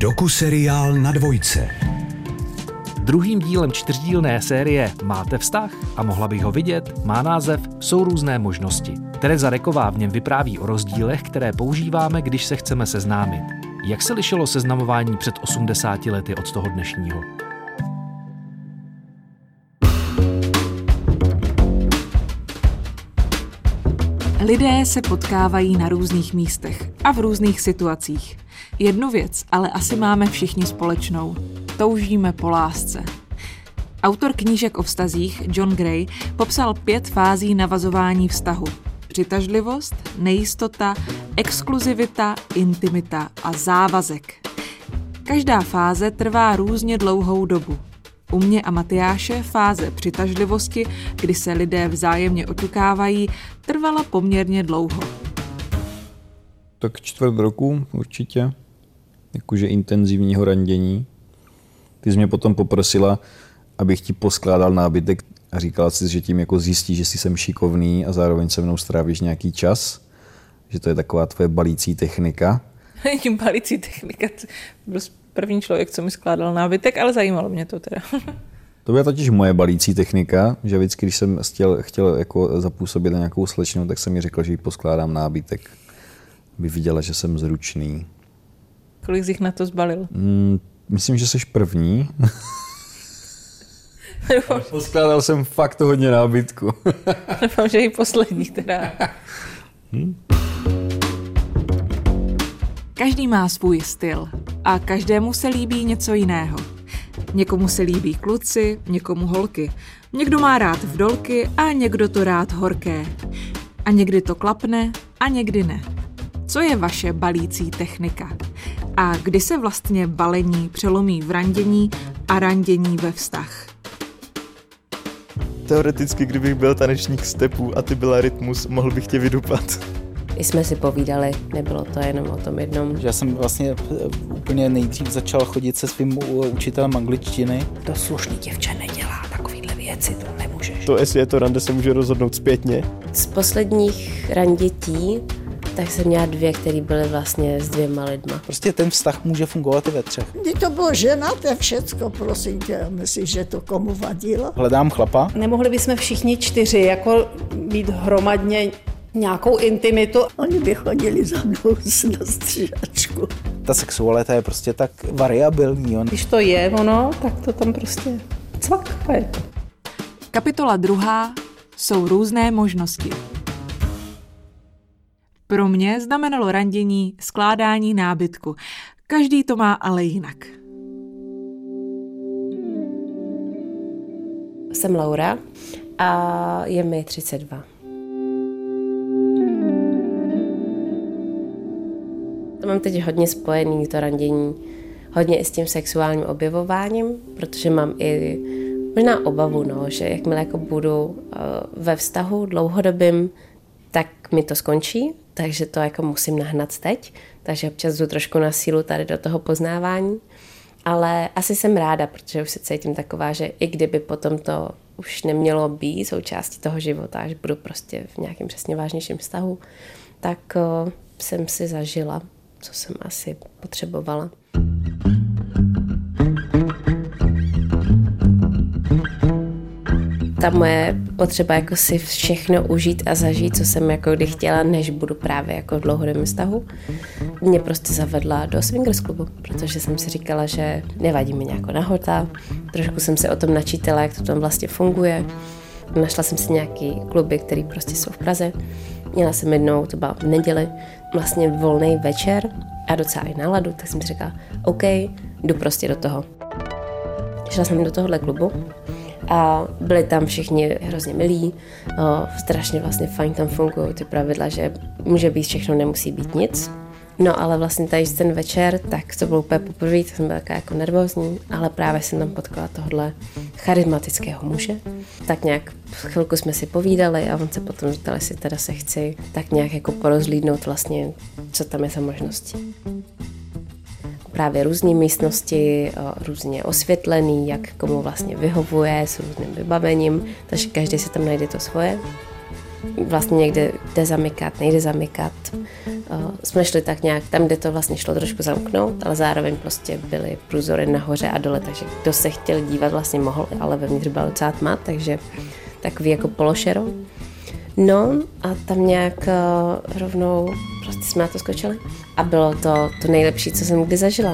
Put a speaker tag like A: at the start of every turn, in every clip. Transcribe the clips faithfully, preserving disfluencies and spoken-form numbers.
A: Dokuseriál Na dvojce.
B: Druhým dílem čtyřdílné série Máte vztah a mohla bych ho vidět má název Jsou různé možnosti. Tereza Reková v něm vypráví o rozdílech, které používáme, když se chceme seznámit. Jak se lišilo seznamování před osmdesáti lety od toho dnešního?
C: Lidé se potkávají na různých místech a v různých situacích. Jednu věc ale asi máme všichni společnou. Toužíme po lásce. Autor knížek o vztazích John Gray popsal pět fází navazování vztahu. Přitažlivost, nejistota, exkluzivita, intimita a závazek. Každá fáze trvá různě dlouhou dobu. U mě a Matyáše fáze přitažlivosti, kdy se lidé vzájemně oťukávají, trvala poměrně dlouho.
D: Tak čtvrt roku určitě, jakože intenzivního randění. Ty jsi mě potom poprosila, abych ti poskládal nábytek a říkala jsi, že tím jako zjistí, že jsi jsem šikovný a zároveň se mnou strávíš nějaký čas, že to je taková tvoje balící technika.
E: Tím balící technika, byl první člověk, co mi skládal nábytek, ale zajímalo mě to teda.
D: To byla totiž moje balící technika, že vždycky, když jsem chtěl, chtěl jako zapůsobit na nějakou slečnu, tak jsem mi řekl, že jí poskládám nábytek, aby viděla, že jsem zručný.
E: Kolik jsi jich na to zbalil?
D: Mm, myslím, že jsi první. Poskládal jsem fakt hodně nábytku.
E: Doufám, že i poslední teda.
C: Hmm? Každý má svůj styl a každému se líbí něco jiného. Někomu se líbí kluci, někomu holky. Někdo má rád vdolky a někdo to rád horké. A někdy to klapne a někdy ne. Co je vaše balící technika? A kdy se vlastně balení přelomí v randění a randění ve vztah?
F: Teoreticky, kdybych byl tanečník stepů a ty byla rytmus, mohl bych tě vydupat.
G: I jsme si povídali, nebylo to jenom o tom jednom.
H: Já jsem vlastně úplně nejdřív začal chodit se svým učitelem angličtiny.
G: To slušný děvče nedělá takovýhle věci, to nemůžeš.
F: To, jestli je to rande, se může rozhodnout zpětně.
G: Z posledních randětí tak jsem měla dvě, které byly vlastně s dvěma lidma.
H: Prostě ten vztah může fungovat i ve třech.
I: Když to bylo žena, to je všecko, prosím tě, myslíš, že to komu vadilo?
H: Hledám chlapa.
J: Nemohli bychom všichni čtyři jako být hromadně nějakou intimitu.
I: Oni by chodili za mnou na stříhačku.
H: Ta sexualita je prostě tak variabilní. On.
J: Když to je ono, tak to tam prostě cvak a je to.
C: Kapitola druhá. Jsou různé možnosti. Pro mě znamenalo randění skládání nábytku. Každý to má ale jinak.
G: Jsem Laura a je mi třicet dva. To mám teď hodně spojený, to randění, hodně i s tím sexuálním objevováním, protože mám i možná obavu, no, že jakmile jako budu uh, ve vztahu dlouhodobým, tak mi to skončí, takže to jako musím nahnat teď, takže občas jdu trošku na sílu tady do toho poznávání, ale asi jsem ráda, protože už se cítím taková, že i kdyby potom to už nemělo být součástí toho života, až budu prostě v nějakém přesně vážnějším vztahu, tak uh, jsem si zažila, co jsem asi potřebovala. Ta moje potřeba jako si všechno užít a zažít, co jsem jako kdy chtěla, než budu právě jako v dlouhodobém vztahu, mě prostě zavedla do swingers klubu, protože jsem si říkala, že nevadí mi nějaká nahota, trošku jsem se o tom načítala, jak to tam vlastně funguje. Našla jsem si nějaký kluby, které prostě jsou v Praze. Měla jsem jednou, to byla v neděli, vlastně volný večer a docela i náladu, tak jsem si říkala, OK, jdu prostě do toho. Šla jsem do tohohle klubu a byli tam všichni hrozně milí, o, strašně vlastně fajn tam fungují ty pravidla, že může být všechno, nemusí být nic. No ale vlastně tady ten večer, tak to bylo úplně poprvé, tak jsem byla taková jako nervózní, ale právě jsem tam potkala tohle charismatického muže. Tak nějak chvilku jsme si povídali a on se potom zeptal, jestli teda se chci tak nějak jako porozhlídnout vlastně, co tam je za možnosti. Právě různé místnosti, různě osvětlený, jak komu vlastně vyhovuje, s různým vybavením, takže každý si tam najde to svoje. vlastně někde jde zamykat, nejde zamykat. Jsme šli tak nějak tam, kde to vlastně šlo trošku zamknout, ale zároveň prostě byly průzory nahoře a dole, takže kdo se chtěl dívat, vlastně mohl, ale vevnitř byla docela tma, takže takový jako pološero. No a tam nějak rovnou prostě jsme na to skočili a bylo to to nejlepší, co jsem kdy zažila.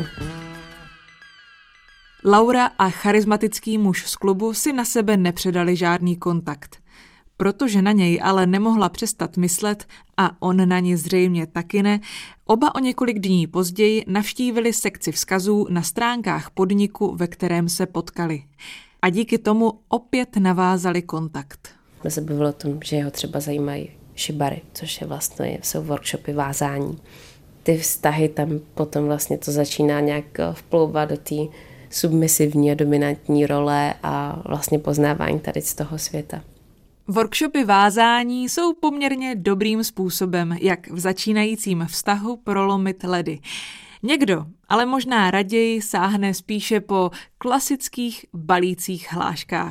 C: Laura a charismatický muž z klubu si na sebe nepředali žádný kontakt. Protože na něj ale nemohla přestat myslet a on na ní zřejmě taky ne, oba o několik dní později navštívili sekci vzkazů na stránkách podniku, ve kterém se potkali. A díky tomu opět navázali kontakt.
G: My se bavilo o tom, že ho třeba zajímají shibari, což je vlastně, jsou workshopy vázání. Ty vztahy tam potom vlastně to začíná nějak vplouvat do té submisivní a dominantní role a vlastně poznávání tady z toho světa.
C: Workshopy vázání jsou poměrně dobrým způsobem, jak v začínajícím vztahu prolomit ledy. Někdo, ale možná raději sáhne spíše po klasických balících hláškách.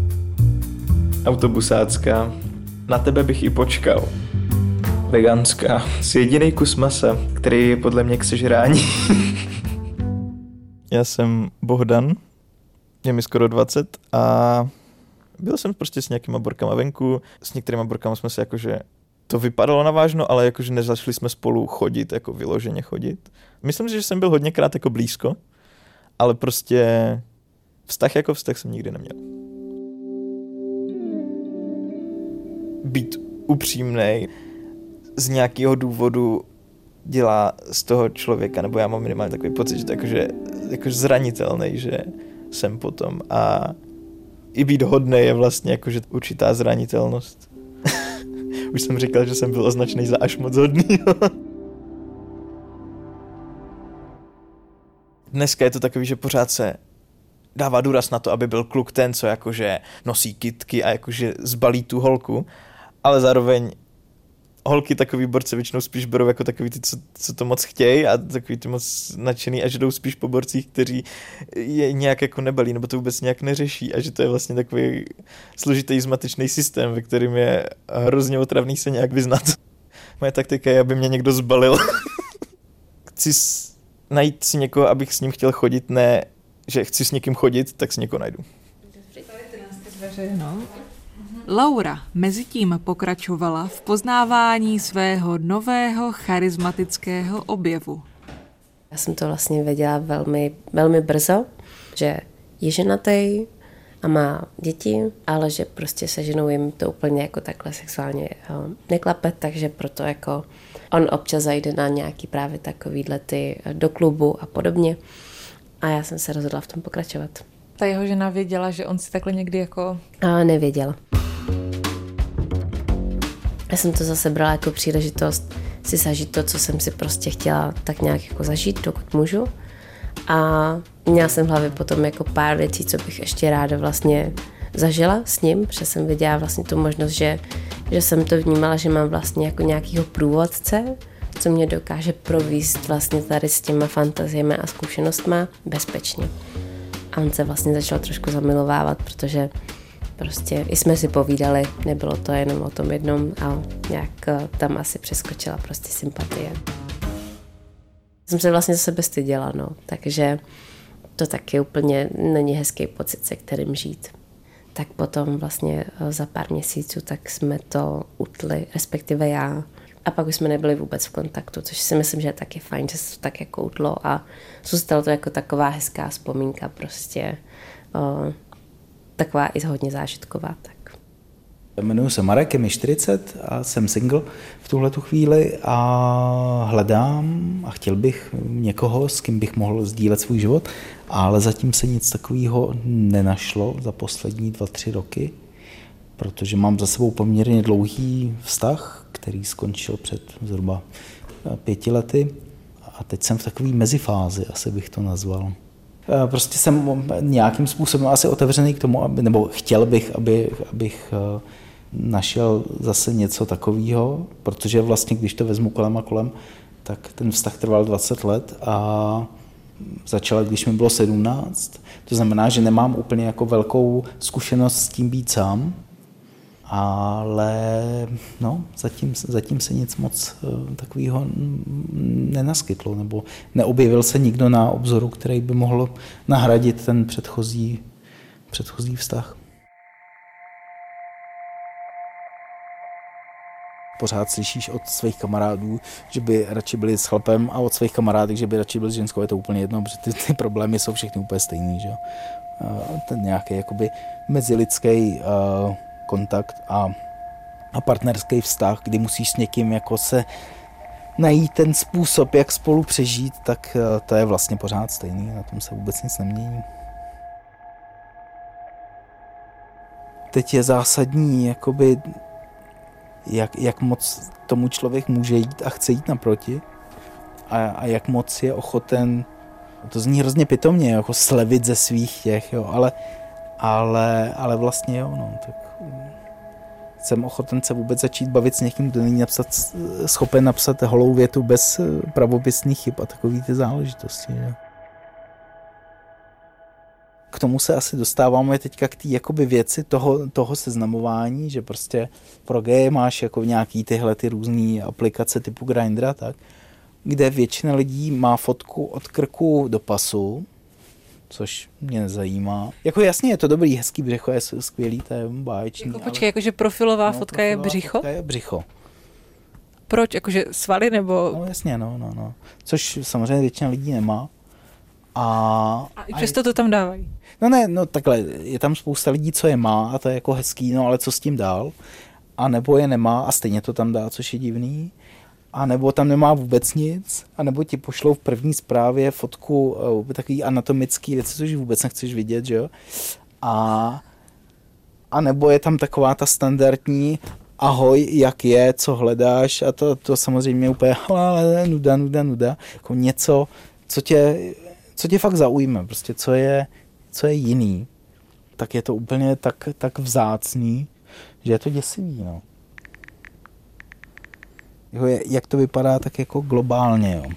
F: Autobusácká, na tebe bych i počkal. Veganská, jsi jedinej kus masa, který je podle mě k sežrání. Já jsem Bohdan, je mi skoro dvacet a byl jsem prostě s nějakýma borkama venku, s některýma borkama jsme se jakože, to vypadalo na vážno, ale jakože nezašli jsme spolu chodit, jako vyloženě chodit. Myslím si, že jsem byl hodněkrát jako blízko, ale prostě vztah jako vztah jsem nikdy neměl. Být upřímnej z nějakého důvodu dělá z toho člověka, nebo já mám minimálně takový pocit, že to jakože, jakože zranitelný, že jsem potom a i být hodnej je vlastně jakože určitá zranitelnost. Už jsem říkal, že jsem byl označený za až moc hodný. Dneska je to takový, že pořád se dává důraz na to, aby byl kluk ten, co jakože nosí kytky a jakože zbalí tu holku, ale zároveň holky takový borce většinou spíš berou jako takový ty, co, co to moc chtějí a takový ty moc nadšený a že jdou spíš po borcích, kteří je nějak jako nebalí nebo to vůbec nějak neřeší a že to je vlastně takový složitý zmatečný systém, ve kterým je hrozně otravný se nějak vyznat. Moje taktika je, aby mě někdo zbalil. Chci najít si někoho, abych s ním chtěl chodit, ne, že chci s někým chodit, tak si někoho najdu.
C: Laura mezitím pokračovala v poznávání svého nového charismatického objevu.
G: Já jsem to vlastně věděla velmi, velmi brzo, že je ženatý a má děti, ale že prostě se ženou jim to úplně jako takhle sexuálně neklape, takže proto jako on občas zajde na nějaký právě takovýhle ty do klubu a podobně. A já jsem se rozhodla v tom pokračovat.
E: Ta jeho žena věděla, že on si takhle někdy jako...
G: A nevěděla. Já jsem to zase brala jako příležitost si zažít to, co jsem si prostě chtěla tak nějak jako zažít, dokud můžu. A měla jsem v hlavě potom jako pár věcí, co bych ještě ráda vlastně zažila s ním, protože jsem viděla vlastně tu možnost, že, že jsem to vnímala, že mám vlastně jako nějakýho průvodce, co mě dokáže provést vlastně tady s těma fantaziemi a zkušenostma bezpečně. A on se vlastně začal trošku zamilovávat, protože prostě i jsme si povídali, nebylo to jenom o tom jednom a nějak tam asi přeskočila prostě sympatie. Jsem se vlastně za sebe styděla, no, takže to taky úplně není hezký pocit, se kterým žít. Tak potom vlastně za pár měsíců tak jsme to utli, respektive já. A pak už jsme nebyli vůbec v kontaktu, což si myslím, že je taky fajn, že se to tak jako utlo a zůstalo to jako taková hezká vzpomínka prostě. O, taková i hodně zážitková. Tak.
H: Jmenuji se Marek, je mi čtyřicet a jsem single v tuhletu chvíli a hledám a chtěl bych někoho, s kým bych mohl sdílet svůj život, ale zatím se nic takového nenašlo za poslední dva, tři roky, protože mám za sebou poměrně dlouhý vztah, který skončil před zhruba pěti lety a teď jsem v takové mezifázi, asi bych to nazval. Prostě jsem nějakým způsobem asi otevřený k tomu, aby, nebo chtěl bych, aby, abych našel zase něco takového, protože vlastně, když to vezmu kolem a kolem, tak ten vztah trval dvacet let a začal, když mi bylo sedmnáct. To znamená, že nemám úplně jako velkou zkušenost s tím být sám ale no, zatím, zatím se nic moc takového nenaskytlo, nebo neobjevil se nikdo na obzoru, který by mohl nahradit ten předchozí, předchozí vztah. Pořád slyšíš od svých kamarádů, že by radši byli s chlapem a od svých kamarádek, že by radši byli s ženskou, je to úplně jedno, protože ty, ty problémy jsou všechny úplně stejný, že jo. Ten nějaký jakoby mezilidský uh, kontakt a, a partnerský vztah, kdy musíš s někým jako se najít ten způsob, jak spolu přežít, tak uh, to je vlastně pořád stejný, na tom se vůbec nic nemění. Teď je zásadní, jakoby, jak, jak moc tomu člověk může jít a chce jít naproti a, a jak moc je ochoten, to zní hrozně pitomně, jako slevit ze svých těch, jo, ale, ale, ale vlastně jo, no, tak jsem ochoten se vůbec začít bavit s někým, kdo není napsat, schopen napsat holou větu bez pravopisných chyb a takový ty záležitosti, jo. K tomu se asi dostáváme teďka k té jakoby věci toho, toho seznamování, že prostě pro geje máš jako nějaký tyhle ty různé aplikace typu Grindra, tak, kde většina lidí má fotku od krku do pasu, což mě nezajímá. Jako jasně je to dobrý, hezký břicho, je skvělý, to je báječný.
E: Jako, počkej, ale... jakože profilová
H: no,
E: fotka
H: profilová
E: je břicho?
H: Fotka je břicho.
E: Proč? Jakože svaly nebo...
H: No jasně, no, no, no. Což samozřejmě většina lidí nemá. A,
E: a i přesto to tam dávají.
H: No ne, no takhle, je tam spousta lidí, co je má a to je jako hezký, no ale co s tím dál? A nebo je nemá a stejně to tam dá, což je divný. A nebo tam nemá vůbec nic, a nebo ti pošlou v první zprávě fotku uh, takový anatomický věci, což vůbec nechceš vidět, že jo? A, a nebo je tam taková ta standardní ahoj, jak je, co hledáš, a to, to samozřejmě úplně ale nuda, nuda, nuda, jako něco, co tě, co tě fakt zaujme, prostě co je, co je jiný, tak je to úplně tak, tak vzácný, že je to děsivý, no. Jak to vypadá tak jako globálně, jo.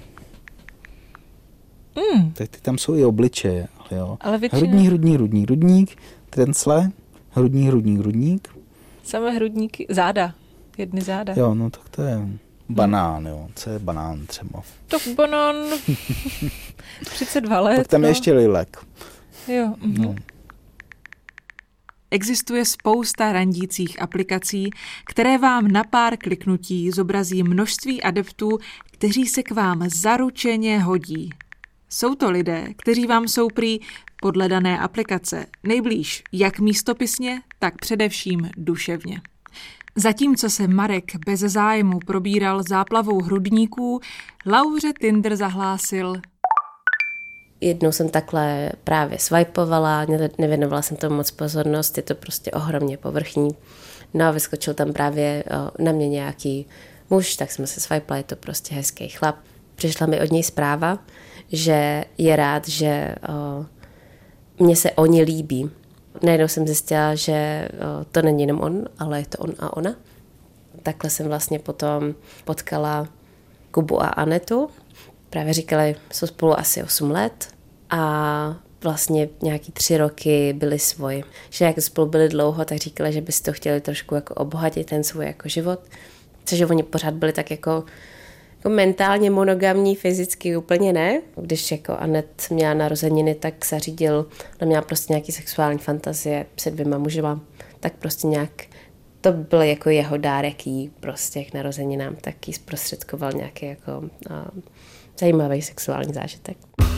H: Mm. Tak ty tam jsou i obličeje, jo.
E: Ale většina...
H: Hrudní, hrudní, hrudní, hrudník, trencle, hrudní, hrudní, hrudník.
E: Samé hrudníky, záda, jedny záda.
H: Jo, no tak to je banán, jo. Co je banán třeba?
E: To banán, třicet dva let.
H: Pak tam
E: no.
H: je ještě lilek.
E: Jo. Mhm.
H: No.
C: Existuje spousta randících aplikací, které vám na pár kliknutí zobrazí množství adeptů, kteří se k vám zaručeně hodí. Jsou to lidé, kteří vám jsou prý podle dané aplikace nejblíž jak místopisně, tak především duševně. Zatímco se Marek bez zájmu probíral záplavou hrudníků, Lauře Tinder zahlásil:
G: Jednou jsem takhle právě swipovala, nevěnovala jsem tomu moc pozornost, je to prostě ohromně povrchní. No a vyskočil tam právě o, na mě nějaký muž, tak jsme se swipali, je to prostě hezký chlap. Přišla mi od něj zpráva, že je rád, že o, mně se oni líbí. Najednou jsem zjistila, že o, to není jenom on, ale je to on a ona. Takhle jsem vlastně potom potkala Kubu a Anetu. Právě říkali, jsou spolu asi osm let a vlastně nějaký tři roky byli svoji. Že jak spolu byli dlouho, tak říkali, že by si to chtěli trošku jako obohatit ten svůj jako život. Což oni pořád byli tak jako, jako mentálně monogamní, fyzicky úplně ne. Když jako Anet měla narozeniny, tak zařídil, ona měla prostě nějaký sexuální fantazie se dvěma mužema, tak prostě nějak to byl jako jeho dárek jí prostě k narozeninám, tak jí zprostředkoval nějaký jako uh, zajímavý sexuální zážitek.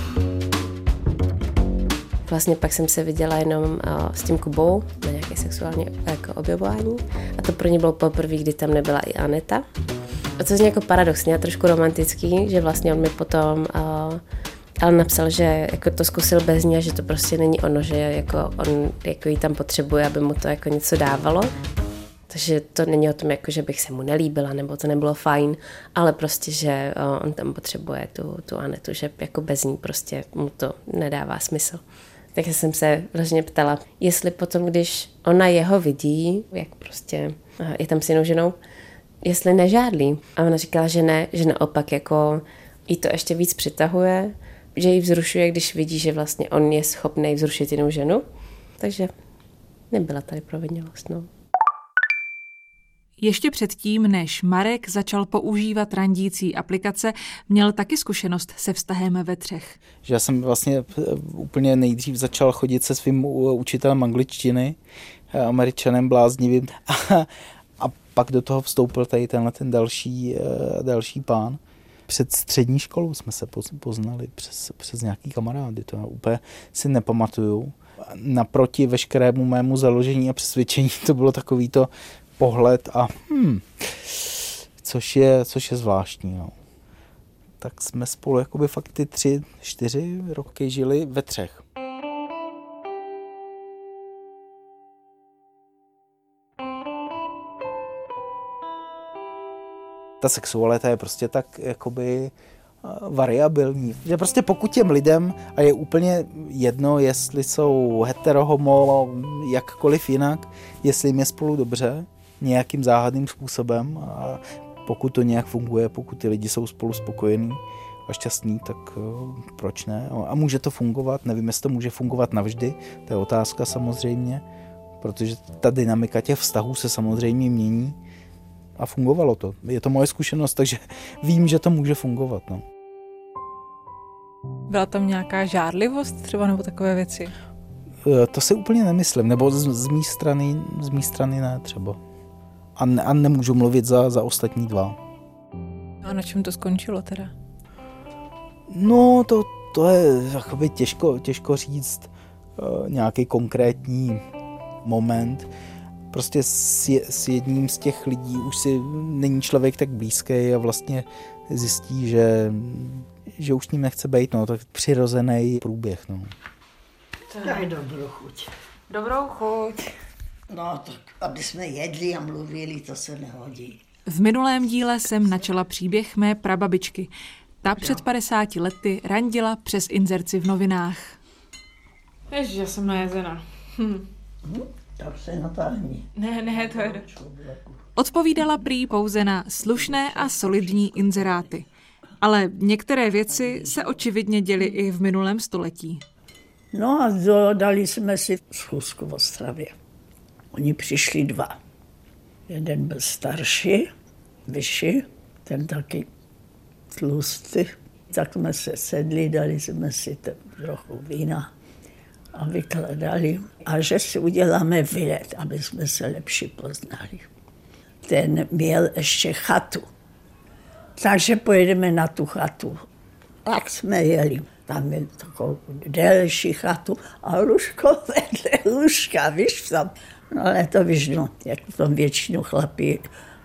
G: Vlastně pak jsem se viděla jenom uh, s tím Kubou na nějaké sexuální jako objevování a to pro ně bylo poprvé, kdy tam nebyla i Aneta. A to je jako paradoxně a trošku romantický, že vlastně on mi potom uh, ale napsal, že jako to zkusil bez ní a že to prostě není ono, že jako on jako jí tam potřebuje, aby mu to jako něco dávalo. Takže to není o tom, jako, že bych se mu nelíbila, nebo to nebylo fajn, ale prostě, že o, on tam potřebuje tu, tu Anetu, že jako bez ní prostě mu to nedává smysl. Takže jsem se vlastně ptala, jestli potom, když ona jeho vidí, jak prostě je tam s jinou ženou, jestli nežádlí. A ona říkala, že ne, že naopak jako jí to ještě víc přitahuje, že jí vzrušuje, když vidí, že vlastně on je schopný vzrušit jinou ženu. Takže nebyla tady provinělost, no.
C: Ještě předtím, než Marek začal používat randící aplikace, měl taky zkušenost se vztahem ve třech.
H: Že já jsem vlastně úplně nejdřív začal chodit se svým učitelem angličtiny, Američanem bláznivým, a, a pak do toho vstoupil tady tenhle ten další, další pán. Před střední školou jsme se poznali přes, přes nějaký kamarády, to já úplně si nepamatuju. Naproti veškerému mému založení a přesvědčení to bylo takový to pohled a hmm, což je, což je zvláštní. No. Tak jsme spolu jakoby fakt ty tři, čtyři roky žili ve třech. Ta sexualita je prostě tak jakoby variabilní. Že prostě pokud těm lidem, a je úplně jedno, jestli jsou hetero, homo, jakkoliv jinak, jestli jim je spolu dobře, nějakým záhadným způsobem, a pokud to nějak funguje, pokud ty lidi jsou spolu spokojení a šťastní, tak proč ne? A může to fungovat, nevím, jestli to může fungovat navždy, to je otázka samozřejmě, protože ta dynamika těch vztahů se samozřejmě mění a fungovalo to. Je to moje zkušenost, takže vím, že to může fungovat. No.
E: Byla tam nějaká žárlivost třeba nebo takové věci?
H: To si úplně nemyslím, nebo z, z mý strany, z mý strany ne třeba. A, ne, a nemůžu mluvit za, za ostatní dva.
E: A na čem to skončilo teda?
H: No, to, to je jakoby těžko, těžko říct uh, nějaký konkrétní moment. Prostě s, s jedním z těch lidí už si není člověk tak blízký a vlastně zjistí, že, že už s ním nechce být. No, tak přirozený průběh. No.
I: Tak dobrou chuť.
E: Dobrou chuť.
I: No, tak aby jsme jedli a mluvili, to se nehodí.
C: V minulém díle jsem načala příběh mé prababičky. Ta před padesáti lety randila přes inzerci v novinách.
E: Ježiš, já jsem najezená. Hm.
I: Hm, tak se natáhni.
E: Ne, ne, to je...
C: Odpovídala prý pouze na slušné a solidní inzeráty. Ale některé věci se očividně děly i v minulém století.
I: No a dodali jsme si schůzku v Ostravě. Oni přišli dva. Jeden byl starší, vyšší, ten taky tlustý. Tak jsme se sedli, dali jsme si trochu vína a vykladali. A že si uděláme výlet, aby jsme se lepší poznali. Ten měl ještě chatu. Takže pojedeme na tu chatu. Tak jsme jeli. Tam je takovou delší chatu a lůžko vedle lůžka, víš tam. No ale to víš, no, jak v tom většinu chlapí,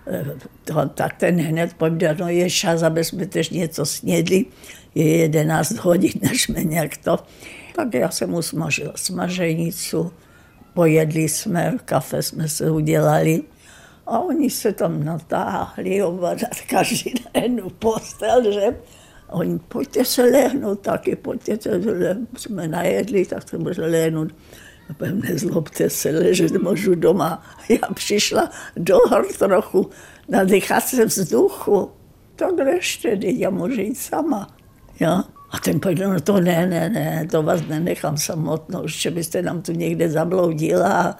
I: to, tak ten hned pojde, no je čas, aby jsme tež něco snědli, je jedenáct hodin, než jsme nějak to. Tak já jsem mu smažila smaženicu, pojedli jsme, kafe jsme se udělali a oni se tam natáhli, oba každý na jednu postel, že oni, pojďte se lehnout taky, pojďte se lehnout, jsme najedli, tak se může lehnout. Nezlobte se, ležet můžu doma. Já přišla do hor trochu, nadýchat se vzduchu. Tak ležte, já můžu jít sama. Ja? A ten pojde, no to ne, ne, ne, to vás nenechám samotnou, že byste nám tu někde zabloudila a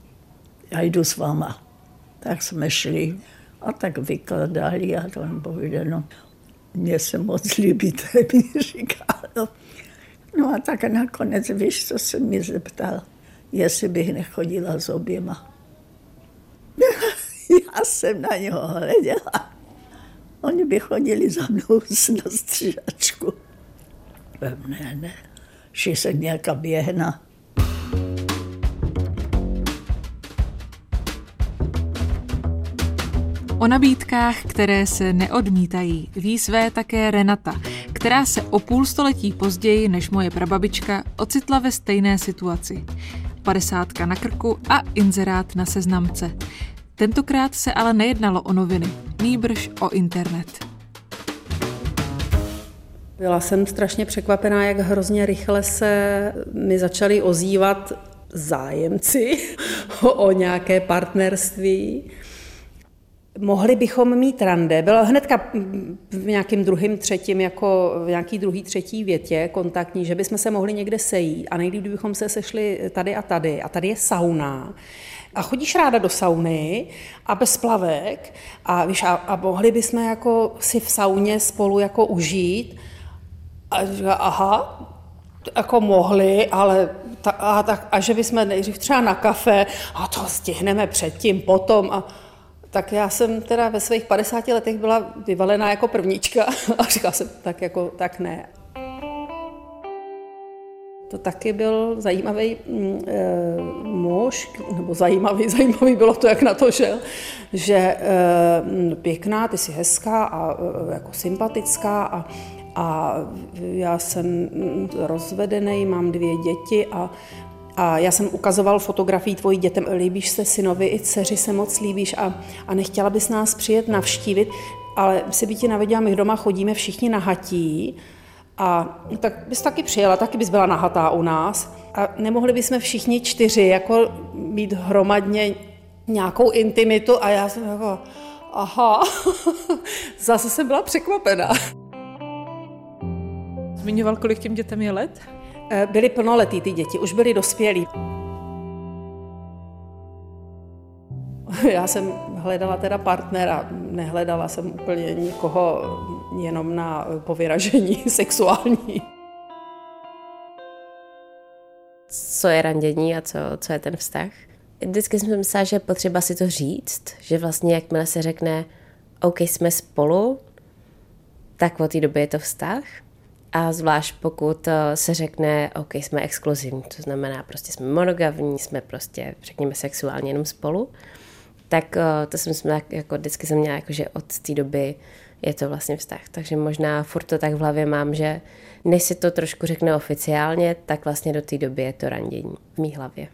I: já jdu s váma. Tak jsme šli a tak vykladali a to on povídal, no, mně se moc líbí, to mi říkal. No. No a tak nakonec, víš, co se mi zeptal, jestli bych nechodila s oběma. Já jsem na něho hleděla. Oni by chodili za mnou na stříhačku. Ne, ne, že se nějaká běhna.
C: O nabídkách, které se neodmítají, ví své také Renata, která se o půl století později než moje prababička ocitla ve stejné situaci. Padesátka na krku a inzerát na seznamce. Tentokrát se ale nejednalo o noviny, nýbrž o internet.
J: Byla jsem strašně překvapená, jak hrozně rychle se mi začali ozývat zájemci o nějaké partnerství. Mohli bychom mít rande. Bylo hnedka v nějakým druhým, třetím, jako v nějaký druhý, třetí větě kontaktní, že bychom se mohli někde sejít a nejlíp, kdybychom se sešli tady a tady. A tady je sauna. A chodíš ráda do sauny a bez plavek a, víš, a, a mohli bychom jako si v sauně spolu jako užít. A říká, aha, jako mohli, ale ta, a, tak, a že bychom nejdřív třeba na kafe a to stihneme předtím, potom. A, tak já jsem teda ve svých padesáti letech byla vyvalená jako prvnička a říkala jsem, tak jako, tak ne. To taky byl zajímavý e, muž, nebo zajímavý, zajímavý bylo to, jak na to šel, že e, pěkná, ty jsi hezká a e, jako sympatická a, a já jsem rozvedený, mám dvě děti a, a já jsem ukazoval fotografii tvojí dětem, líbíš se synovi i dceři se moc líbíš a, a nechtěla bys nás přijet navštívit, ale si by ti navěděla, my doma chodíme všichni nahatí, a tak bys taky přijela, taky bys byla nahatá u nás a nemohli bychom všichni čtyři jako mít hromadně nějakou intimitu a já jsem jako, aha, zase jsem byla překvapená.
E: Zmiňoval, kolik těm dětem je let?
J: Byly plnoletý ty děti, už byly dospělí. Já jsem hledala teda partnera, nehledala jsem úplně nikoho jenom na povyražení sexuální.
G: Co je randění a co, co je ten vztah? Vždycky jsem myslela, že je potřeba si to říct, že vlastně jakmile se řekne OK, jsme spolu, tak od té doby je to vztah. A zvlášť pokud se řekne OK, jsme exkluzivní, to znamená prostě jsme monogamní, jsme prostě, řekněme, sexuálně jenom spolu, tak to jsem měla, jako vždycky jsem měla, jako, že od té doby je to vlastně vztah. Takže možná furt to tak v hlavě mám, že než si to trošku řekne oficiálně, tak vlastně do té doby je to randění v mý hlavě.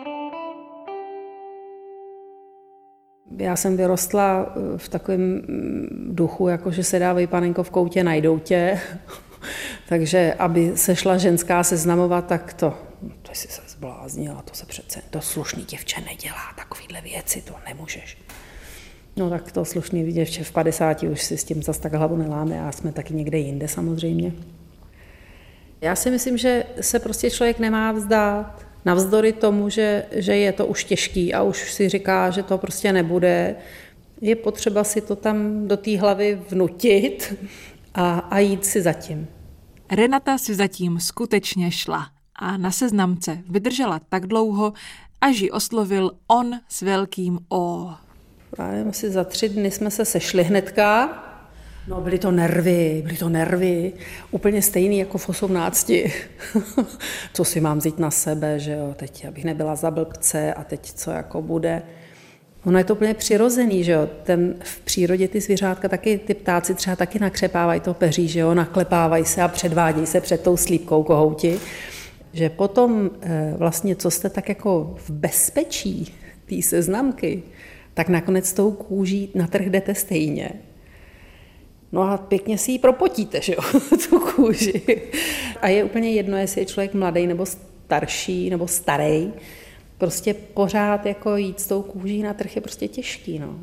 J: Já jsem vyrostla v takovém duchu, jako že se dávají panenko v koutě, najdou tě. Takže aby se šla ženská seznamovat, tak to, to jsi se zbláznila, to se přece, to slušný děvče nedělá, takovýhle věci, to nemůžeš. No tak to slušný děvče v padesáti už si s tím zas tak hlavu neláme a jsme taky někde jinde samozřejmě. Já si myslím, že se prostě člověk nemá vzdát. Navzdory tomu, že, že je to už těžký a už si říká, že to prostě nebude, je potřeba si to tam do té hlavy vnutit a, a jít si zatím.
C: Renata si zatím skutečně šla a na seznamce vydržela tak dlouho, až ji oslovil on s velkým O.
J: Já nevím, asi za tři dny jsme se sešli hnedka. No, byly to nervy, byly to nervy, úplně stejný jako v osmnácti. Co si mám vzít na sebe, že jo, teď abych nebyla za blbce a teď co jako bude. Ono je to úplně přirozený, že jo, ten v přírodě ty zvířátka taky, ty ptáci třeba taky nakřepávají to peří, že jo, naklepávají se a předvádějí se před tou slípkou kohouti. Že potom vlastně, co jste tak jako v bezpečí té seznamky, tak nakonec tou kůží na trh jdete stejně. No a pěkně si ji propotíte, že jo, tu kůži. A je úplně jedno, jestli je člověk mladý nebo starší nebo starý. Prostě pořád jako jít s tou kůží na trh je prostě těžký, no.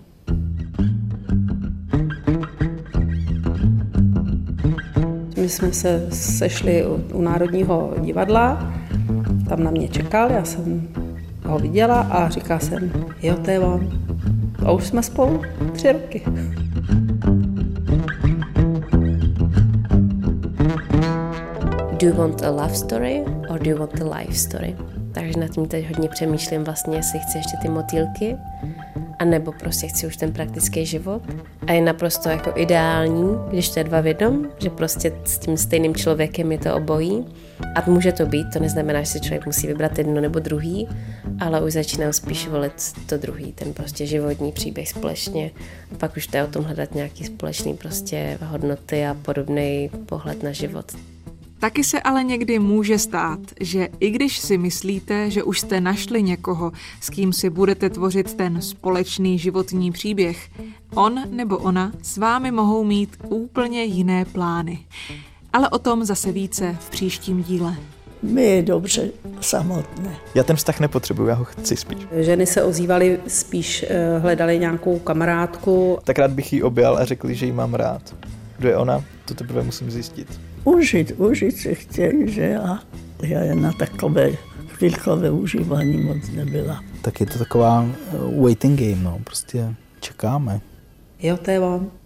J: My jsme se sešli u, u Národního divadla, tam na mě čekal, já jsem ho viděla a říkala jsem, jo, to je on. A už jsme spolu tři roky.
G: Do you want a love story or do you want a life story? Takže nad tím teď hodně přemýšlím vlastně, jestli chci ještě ty motýlky, anebo prostě chci už ten praktický život. A je naprosto jako ideální, když to je dva v jednom, že prostě s tím stejným člověkem je to obojí. A může to být, to neznamená, že si člověk musí vybrat jedno nebo druhý, ale už začínám spíš volit to druhý, ten prostě životní příběh společně. A pak už to je o tom hledat nějaký společný prostě hodnoty a podobný pohled na život.
C: Taky se ale někdy může stát, že i když si myslíte, že už jste našli někoho, s kým si budete tvořit ten společný životní příběh, on nebo ona s vámi mohou mít úplně jiné plány. Ale o tom zase více v příštím díle.
I: My je dobře samotné.
F: Já ten vztah nepotřebuju, já ho chci spíš.
J: Ženy se ozývaly, spíš hledali nějakou kamarádku.
F: Tak rád bych jí objal a řekl, že jí mám rád. Kdo je ona? To teprve musím zjistit.
I: Užít, užít se chtějí, že já, já jen na takové chvílkové užívání moc nebyla.
H: tak je to taková waiting game, no, prostě čekáme.
J: Jo, to je on.